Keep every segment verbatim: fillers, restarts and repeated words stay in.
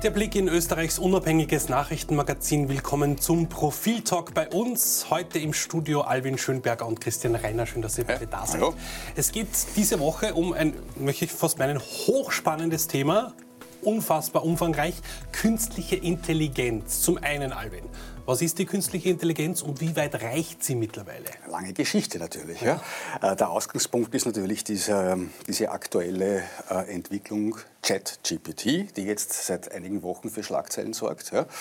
Der Blick in Österreichs unabhängiges Nachrichtenmagazin. Willkommen zum Profiltalk bei uns. Heute im Studio Alwin Schönberger und Christian Reiner. Schön, dass ihr beide da seid. Hallo. Es geht diese Woche um ein, möchte ich fast meinen, hochspannendes Thema. Unfassbar umfangreich. Künstliche Intelligenz. Zum einen, Alwin. Was ist die künstliche Intelligenz und wie weit reicht sie mittlerweile? Lange Geschichte natürlich. Ja. Ja. Der Ausgangspunkt ist natürlich diese, diese aktuelle Entwicklung ChatGPT, die jetzt seit einigen Wochen für Schlagzeilen sorgt. Ja.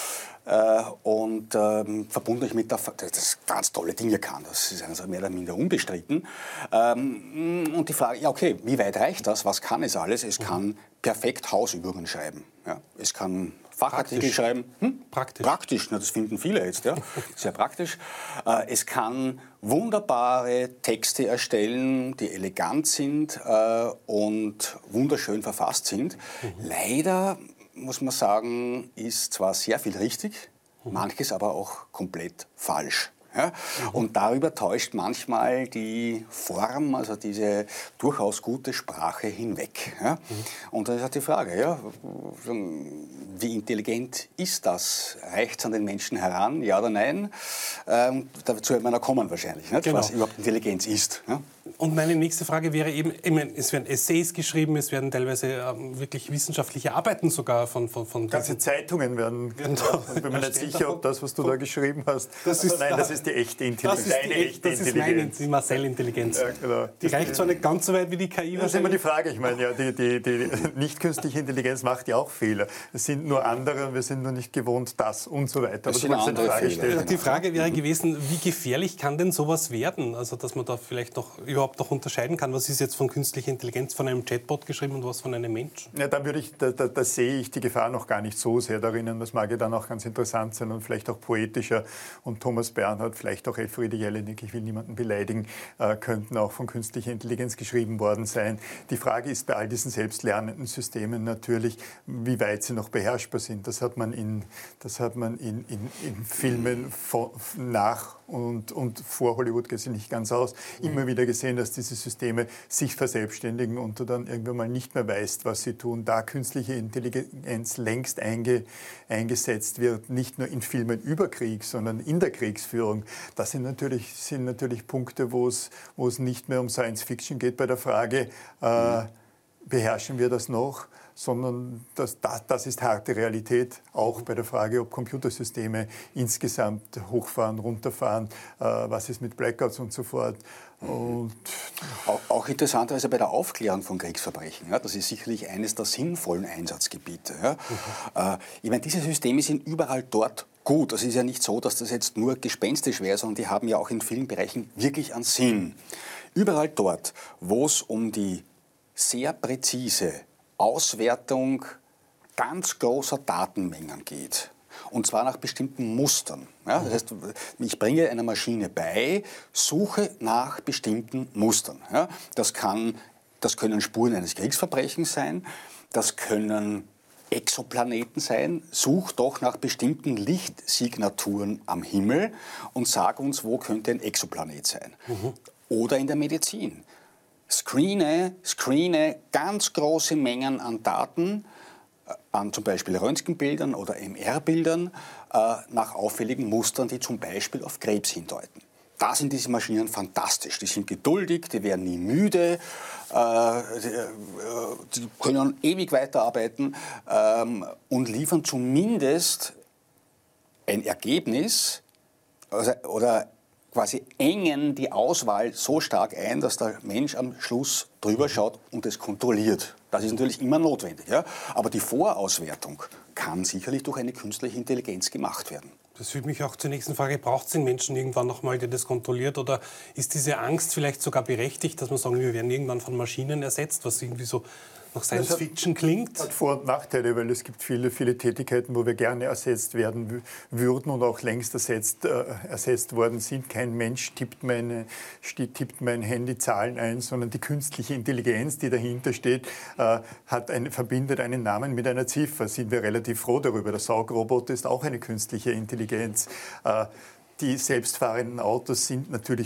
Und ähm, verbunden mit der, das ganz tolle Dinge kann, das ist also mehr oder minder unbestritten. Ähm, und die Frage, ja okay, wie weit reicht das, was kann es alles? Es kann perfekt Hausübungen schreiben, ja. Es kann Fachartikel praktisch. schreiben. Hm? Praktisch. Praktisch, na, das finden viele jetzt, ja. Sehr praktisch. Äh, es kann wunderbare Texte erstellen, die elegant sind äh, und wunderschön verfasst sind. Mhm. Leider muss man sagen, ist zwar sehr viel richtig, manches aber auch komplett falsch. Ja? Mhm. Und darüber täuscht manchmal die Form, also diese durchaus gute Sprache hinweg. Ja? Mhm. Und dann ist halt die Frage, ja, wie intelligent ist das? Reicht es an den Menschen heran, ja oder nein? Ähm, dazu wird man noch kommen wahrscheinlich, nicht? Genau. Was überhaupt Intelligenz ist. Ja? Und meine nächste Frage wäre eben, ich meine, es werden Essays geschrieben, es werden teilweise ähm, wirklich wissenschaftliche Arbeiten sogar von... von, von ganze Zeitungen werden, werden da, ich bin mir nicht sicher, ob das, was du da geschrieben hast, das ist, nein, das ist die echte Intelligenz. Das ist die, echte das ist meine, die Marcel-Intelligenz. Ja, genau. Die reicht zwar nicht ganz so weit wie die K I. Das ist immer die Frage, ich meine, ja, die, die, die nicht künstliche Intelligenz macht ja auch Fehler. Es sind nur andere, wir sind nur nicht gewohnt, das und so weiter. Das sind andere Frage Fehler. Die Frage wäre gewesen, wie gefährlich kann denn sowas werden? Also, dass man da vielleicht noch überhaupt noch unterscheiden kann, was ist jetzt von künstlicher Intelligenz von einem Chatbot geschrieben und was von einem Menschen? Ja, da, würde ich, da, da, da sehe ich die Gefahr noch gar nicht so sehr darin. Das mag ja dann auch ganz interessant sein und vielleicht auch poetischer. Und Thomas Bernhard, vielleicht auch Elfriede Jelinek, ich will niemanden beleidigen, äh, könnten auch von künstlicher Intelligenz geschrieben worden sein. Die Frage ist bei all diesen selbstlernenden Systemen natürlich, wie weit sie noch beherrschbar sind. Das hat man in, das hat man in, in, in Filmen vor, nach und, und vor Hollywood, geht sich nicht ganz aus, immer wieder gesehen, dass diese Systeme sich verselbstständigen und du dann irgendwann mal nicht mehr weißt, was sie tun. Da künstliche Intelligenz längst einge, eingesetzt wird, nicht nur in Filmen über Krieg, sondern in der Kriegsführung. Das sind natürlich, sind natürlich Punkte, wo es, wo es nicht mehr um Science Fiction geht bei der Frage, äh, beherrschen wir das noch? Sondern das, das, das ist harte Realität, auch bei der Frage, ob Computersysteme insgesamt hochfahren, runterfahren, äh, was ist mit Blackouts und so fort. Und auch, auch interessanterweise bei der Aufklärung von Kriegsverbrechen. Ja, das ist sicherlich eines der sinnvollen Einsatzgebiete. Ja. Mhm. Äh, ich meine, diese Systeme sind überall dort gut. Es ist ja nicht so, dass das jetzt nur gespenstisch wäre, sondern die haben ja auch in vielen Bereichen wirklich einen Sinn. Überall dort, wo es um die sehr präzise Auswertung ganz großer Datenmengen geht. Und zwar nach bestimmten Mustern. Ja, das heißt, ich bringe einer Maschine bei, suche nach bestimmten Mustern. Ja, das, kann, das können Spuren eines Kriegsverbrechens sein, das können Exoplaneten sein. Such doch nach bestimmten Lichtsignaturen am Himmel und sag uns, wo könnte ein Exoplanet sein. Mhm. Oder in der Medizin. Screene, screene ganz große Mengen an Daten, an zum Beispiel Röntgenbildern oder M R-Bildern, äh, nach auffälligen Mustern, die zum Beispiel auf Krebs hindeuten. Da sind diese Maschinen fantastisch. Die sind geduldig, die werden nie müde, äh, die, die können ewig weiterarbeiten ähm, und liefern zumindest ein Ergebnis also, oder quasi engen die Auswahl so stark ein, dass der Mensch am Schluss drüber schaut und es kontrolliert. Das ist natürlich immer notwendig. Ja? Aber die Vorauswertung kann sicherlich durch eine künstliche Intelligenz gemacht werden. Das führt mich auch zur nächsten Frage. Braucht es den Menschen irgendwann nochmal, der das kontrolliert? Oder ist diese Angst vielleicht sogar berechtigt, dass man sagen, wir werden irgendwann von Maschinen ersetzt, was irgendwie so nach Science hat, Fiction klingt? Hat Vor- und Nachteile, weil es gibt viele, viele Tätigkeiten, wo wir gerne ersetzt werden würden und auch längst ersetzt, äh, ersetzt worden sind. Kein Mensch tippt, meine, tippt mein Handy Zahlen ein, sondern die künstliche Intelligenz, die dahinter steht, äh, hat ein, verbindet einen Namen mit einer Ziffer. Sind wir relativ froh darüber. Der Saugroboter ist auch eine künstliche Intelligenz. Äh, die selbstfahrenden Autos sind natürlich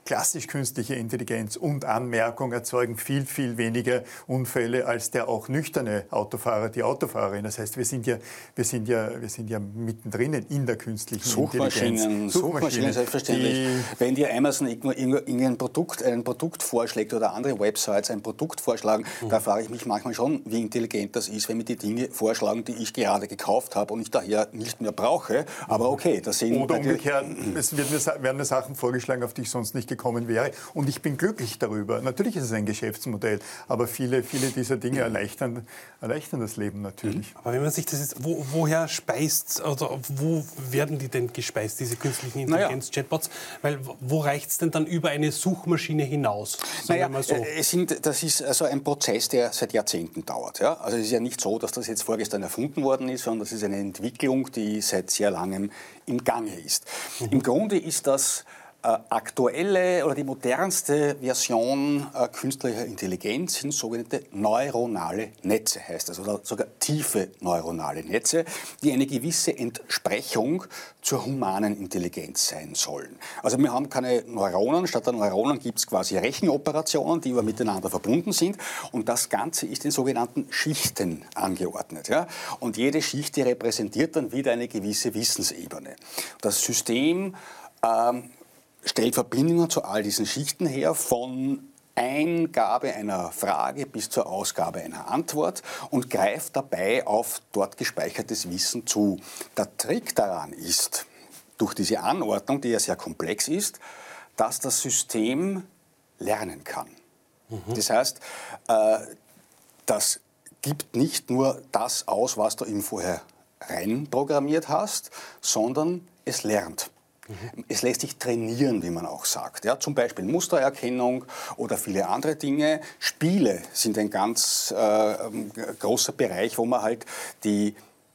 klassisch künstliche Intelligenz und Anmerkung erzeugen viel, viel weniger Unfälle als der auch nüchterne Autofahrer, die Autofahrerin. Das heißt, wir sind ja, wir sind ja, wir sind ja mittendrin in der künstlichen Suchmaschinen, Intelligenz. Suchmaschinen, selbstverständlich. Wenn dir Amazon irgendein Produkt, ein Produkt vorschlägt oder andere Websites ein Produkt vorschlagen, mhm. da frage ich mich manchmal schon, wie intelligent das ist, wenn mir die Dinge vorschlagen, die ich gerade gekauft habe und ich daher nicht mehr brauche. Aber okay, das sind... Oder umgekehrt, es wird mir, werden mir Sachen vorgeschlagen, auf die ich sonst nicht gekommen wäre. Und ich bin glücklich darüber. Natürlich ist es ein Geschäftsmodell, aber viele, viele dieser Dinge erleichtern, erleichtern das Leben natürlich. Aber wenn man sich das jetzt, wo, woher speist, oder wo werden die denn gespeist, diese künstlichen Intelligenz-Chatbots? Weil wo reicht es denn dann über eine Suchmaschine hinaus? Naja, mal so. es sind, das ist also ein Prozess, der seit Jahrzehnten dauert. Ja? Also es ist ja nicht so, dass das jetzt vorgestern erfunden worden ist, sondern das ist eine Entwicklung, die seit sehr langem im Gange ist. Mhm. Im Grunde ist das Äh, aktuelle oder die modernste Version äh, künstlicher Intelligenz sind sogenannte neuronale Netze, heißt das, oder sogar tiefe neuronale Netze, die eine gewisse Entsprechung zur humanen Intelligenz sein sollen. Also wir haben keine Neuronen, statt der Neuronen gibt es quasi Rechenoperationen, die aber miteinander verbunden sind und das Ganze ist in sogenannten Schichten angeordnet. Ja? Und jede Schicht, die repräsentiert dann wieder eine gewisse Wissensebene. Das System ähm, stellt Verbindungen zu all diesen Schichten her, von Eingabe einer Frage bis zur Ausgabe einer Antwort und greift dabei auf dort gespeichertes Wissen zu. Der Trick daran ist, durch diese Anordnung, die ja sehr komplex ist, dass das System lernen kann. Mhm. Das heißt, äh, das gibt nicht nur das aus, was du ihm vorher reinprogrammiert hast, sondern es lernt. Mhm. Es lässt sich trainieren, wie man auch sagt. Ja, zum Beispiel Mustererkennung oder viele andere Dinge. Spiele sind ein ganz äh, großer Bereich, wo man halt die,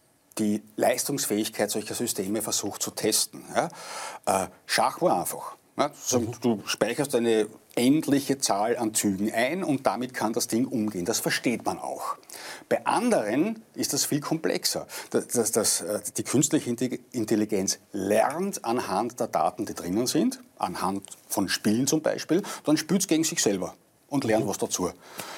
die Leistungsfähigkeit solcher Systeme versucht zu testen. Ja. Äh, Schach war einfach. Ja, so, mhm. Du speicherst eine endliche Zahl an Zügen ein und damit kann das Ding umgehen. Das versteht man auch. Bei anderen ist das viel komplexer. Das, das, das, die künstliche Intelligenz lernt anhand der Daten, die drinnen sind, anhand von Spielen zum Beispiel, dann spielt es gegen sich selber und lernt was dazu.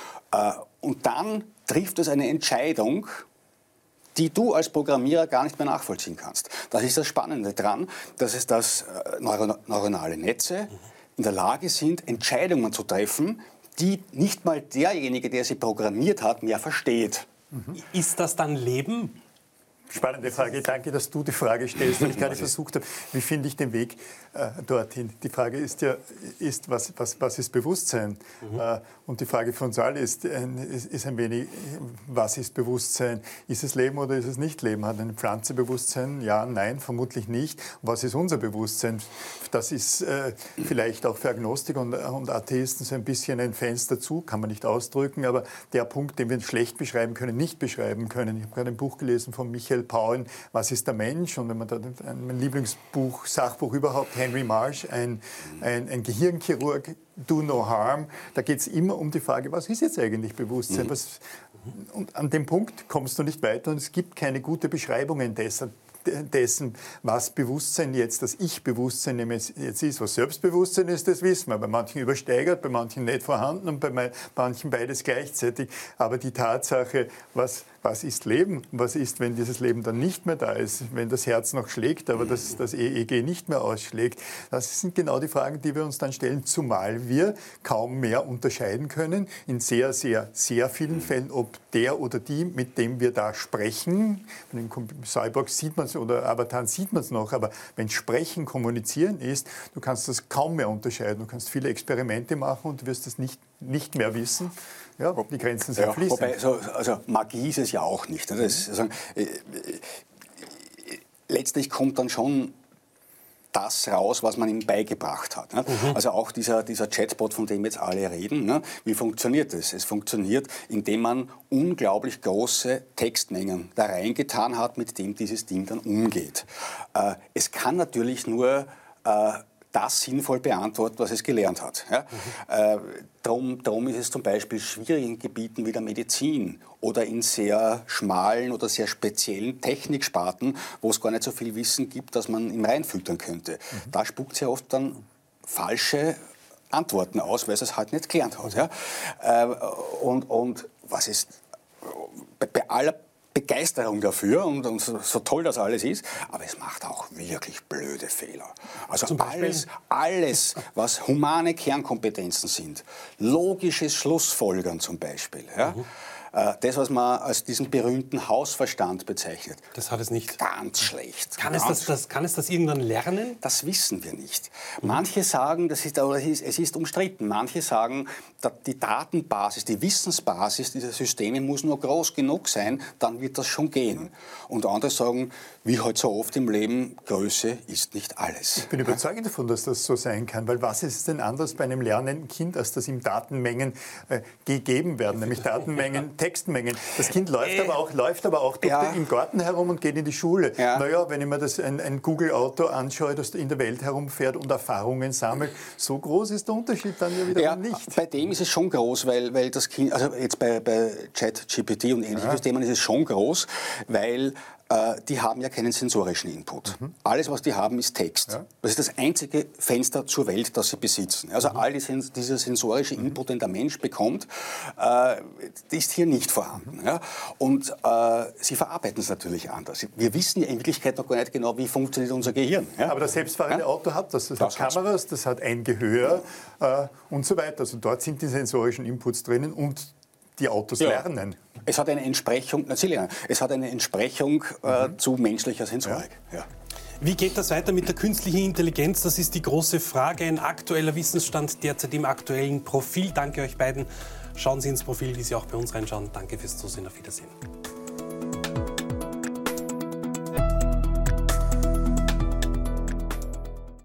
Und dann trifft es eine Entscheidung, die du als Programmierer gar nicht mehr nachvollziehen kannst. Das ist das Spannende daran, dass es das neuronale Netze in der Lage sind, Entscheidungen zu treffen, die nicht mal derjenige, der sie programmiert hat, mehr versteht. Mhm. Ist das dann Leben? Spannende Frage. Danke, dass du die Frage stellst, weil ich gerade versucht habe, wie finde ich den Weg äh, dorthin. Die Frage ist ja, ist, was, was, was ist Bewusstsein? Mhm. Äh, und die Frage für uns alle ist, ein, ist, ist ein wenig, was ist Bewusstsein? Ist es Leben oder ist es nicht Leben? Hat eine Pflanze Bewusstsein? Ja, nein, vermutlich nicht. Und was ist unser Bewusstsein? Das ist äh, vielleicht auch für Agnostiker und, und Atheisten so ein bisschen ein Fenster zu, kann man nicht ausdrücken, aber der Punkt, den wir schlecht beschreiben können, nicht beschreiben können. Ich habe gerade ein Buch gelesen von Michael Powell, Was ist der Mensch? Und wenn man da mein Lieblingsbuch, Sachbuch überhaupt, Henry Marsh, ein, ein, ein Gehirnchirurg, Do No Harm, da geht es immer um die Frage, was ist jetzt eigentlich Bewusstsein? Was, und an dem Punkt kommst du nicht weiter und es gibt keine gute Beschreibungen dessen. dessen, was Bewusstsein jetzt, das Ich-Bewusstsein jetzt ist. Was Selbstbewusstsein ist, das wissen wir. Bei manchen übersteigert, bei manchen nicht vorhanden und bei manchen beides gleichzeitig. Aber die Tatsache, was, was ist Leben? Was ist, wenn dieses Leben dann nicht mehr da ist? Wenn das Herz noch schlägt, aber das, das E E G nicht mehr ausschlägt? Das sind genau die Fragen, die wir uns dann stellen, zumal wir kaum mehr unterscheiden können, in sehr, sehr, sehr vielen Fällen, ob der oder die, mit dem wir da sprechen, bei den Cyborgs sieht man es, oder Avataren sieht man es noch, aber wenn Sprechen, Kommunizieren ist, du kannst das kaum mehr unterscheiden. Du kannst viele Experimente machen und du wirst es nicht, nicht mehr wissen. Ja, die Grenzen sind ja, fließend. Wobei, so, also Magie ist es ja auch nicht. Das ist, also, äh, äh, letztlich kommt dann schon das raus, was man ihm beigebracht hat. Ne? Mhm. Also auch dieser, dieser Chatbot, von dem jetzt alle reden, ne? Wie funktioniert das? Es funktioniert, indem man unglaublich große Textmengen da reingetan hat, mit dem dieses Ding dann umgeht. Äh, es kann natürlich nur äh, das sinnvoll beantworten, was es gelernt hat. Ja? Mhm. Äh, drum, drum ist es zum Beispiel schwierig in Gebieten wie der Medizin oder in sehr schmalen oder sehr speziellen Techniksparten, wo es gar nicht so viel Wissen gibt, dass man ihm reinfüttern könnte. Mhm. Da spuckt es ja oft dann falsche Antworten aus, weil es es halt nicht gelernt hat. Ja? Äh, und, und was ist bei, bei aller Begeisterung dafür und, und so, so toll das alles ist, aber es macht auch wirklich blöde Fehler. Also alles, alles, was humane Kernkompetenzen sind, logisches Schlussfolgern zum Beispiel, ja, mhm. äh, das, was man als diesen berühmten Hausverstand bezeichnet, das hat es nicht. Ganz schlecht. Kann, ganz es das, das, kann es das irgendwann lernen? Das wissen wir nicht. Mhm. Manche sagen, das ist, oder es ist umstritten, manche sagen, die Datenbasis, die Wissensbasis dieser Systeme muss nur groß genug sein, dann wird das schon gehen. Und andere sagen, wie halt so oft im Leben, Größe ist nicht alles. Ich bin überzeugt davon, dass das so sein kann, weil was ist denn anders bei einem lernenden Kind, als dass ihm Datenmengen äh, gegeben werden, nämlich Datenmengen, Textmengen. Das Kind läuft aber auch, läuft aber auch durch ja. den, im Garten herum und geht in die Schule. Ja. Naja, wenn ich mir das ein, ein Google-Auto anschaue, das in der Welt herumfährt und Erfahrungen sammelt, so groß ist der Unterschied dann ja wieder ja, nicht. Bei dem ist es schon groß, weil, weil das Kind, also jetzt bei, bei ChatGPT und ähnlichen ja. Systemen ist es schon groß, weil äh, die haben ja keinen sensorischen Input. Mhm. Alles, was die haben, ist Text. Ja. Das ist das einzige Fenster zur Welt, das sie besitzen. Also mhm. all die, dieser sensorische Input, den der Mensch bekommt, äh, ist hier nicht vorhanden. Mhm. Ja? Und äh, sie verarbeiten es natürlich anders. Wir wissen ja in Wirklichkeit noch gar nicht genau, wie funktioniert unser Gehirn. Ja? Aber das selbstfahrende ja? Auto hat das. Das, das hat Kameras, das hat ein Gehör äh, und so weiter. Also dort sind die sensorischen Inputs drinnen und die Autos ja. lernen. Es hat eine Entsprechung, na, sie lernen. Es hat eine Entsprechung äh, mhm. zu menschlicher Sensorik. Ja. Ja. Wie geht das weiter mit der künstlichen Intelligenz? Das ist die große Frage. Ein aktueller Wissensstand derzeit im aktuellen Profil. Danke euch beiden. Schauen Sie ins Profil, wie Sie auch bei uns reinschauen. Danke fürs Zusehen. Auf Wiedersehen.